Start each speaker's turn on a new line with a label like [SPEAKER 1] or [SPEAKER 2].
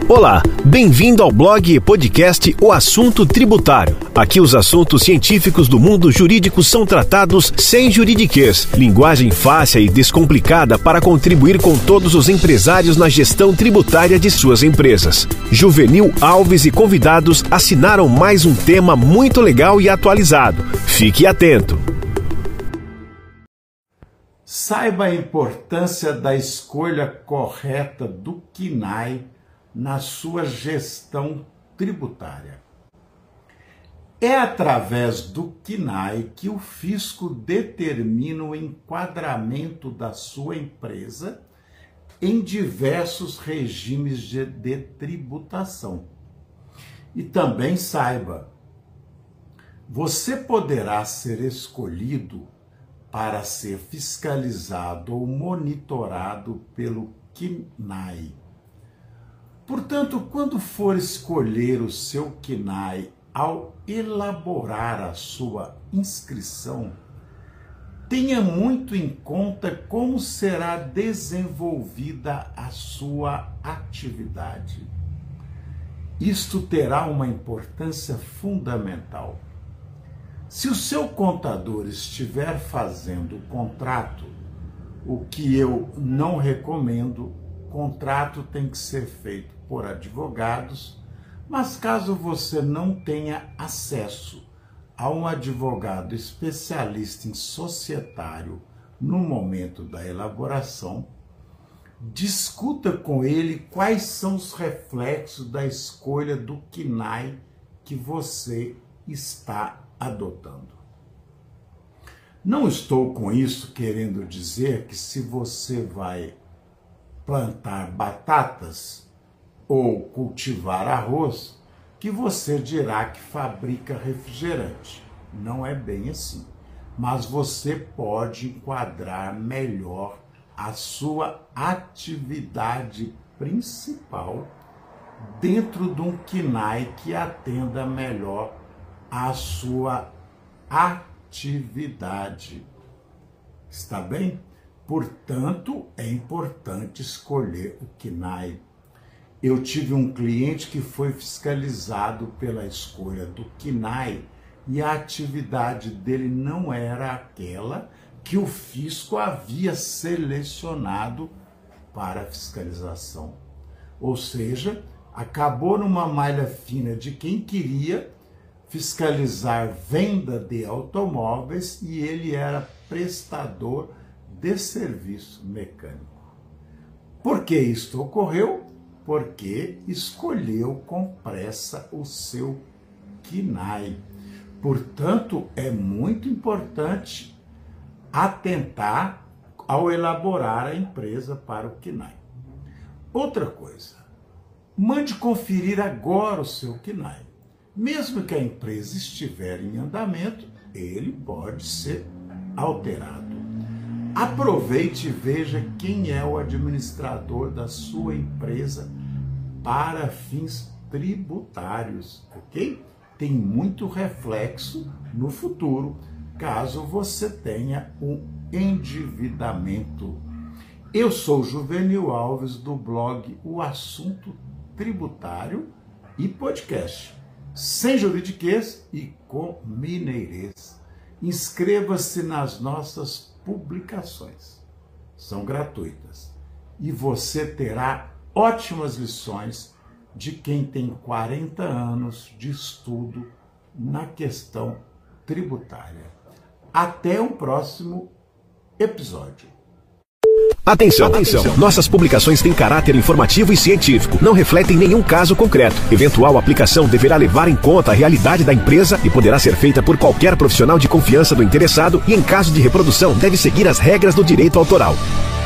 [SPEAKER 1] Olá, bem-vindo ao blog e podcast O Assunto Tributário. Aqui os assuntos científicos do mundo jurídico são tratados sem juridiquês, linguagem fácil e descomplicada para contribuir com todos os empresários na gestão tributária de suas empresas. Juvenil Alves e convidados assinaram mais um tema muito legal e atualizado. Fique atento!
[SPEAKER 2] Saiba a importância da escolha correta do CNAE na sua gestão tributária. É através do CNAE que o fisco determina o enquadramento da sua empresa em diversos regimes de tributação. E também saiba, você poderá ser escolhido para ser fiscalizado ou monitorado pelo CNAE. Portanto, quando for escolher o seu CNAE ao elaborar a sua inscrição, tenha muito em conta como será desenvolvida a sua atividade. Isto terá uma importância fundamental. Se o seu contador estiver fazendo o contrato, o que eu não recomendo, contrato tem que ser feito por advogados, mas caso você não tenha acesso a um advogado especialista em societário no momento da elaboração, discuta com ele quais são os reflexos da escolha do CNAE que você está adotando. Não estou com isso querendo dizer que se você vai plantar batatas ou cultivar arroz, que você dirá que fabrica refrigerante. Não é bem assim. Mas você pode enquadrar melhor a sua atividade principal dentro de um CNAE que atenda melhor a sua atividade. Está bem? Portanto, é importante escolher o CNAE. Eu tive um cliente que foi fiscalizado pela escolha do CNAE e a atividade dele não era aquela que o fisco havia selecionado para a fiscalização. Ou seja, acabou numa malha fina de quem queria fiscalizar venda de automóveis e ele era prestador de serviço mecânico. Por que isto ocorreu? Porque escolheu com pressa o seu CNAE. Portanto, é muito importante atentar ao elaborar a empresa para o CNAE. Outra coisa, mande conferir agora o seu CNAE. Mesmo que a empresa estiver em andamento, ele pode ser alterado. Aproveite e veja quem é o administrador da sua empresa para fins tributários, ok? Tem muito reflexo no futuro, caso você tenha um endividamento. Eu sou Juvenil Alves, do blog O Assunto Tributário e podcast, sem juridiquês e com mineirês. Inscreva-se nas nossas publicações. São gratuitas. E você terá ótimas lições de quem tem 40 anos de estudo na questão tributária. Até o próximo episódio.
[SPEAKER 1] Atenção! Nossas publicações têm caráter informativo e científico, não refletem nenhum caso concreto. Eventual aplicação deverá levar em conta a realidade da empresa e poderá ser feita por qualquer profissional de confiança do interessado e, em caso de reprodução, deve seguir as regras do direito autoral.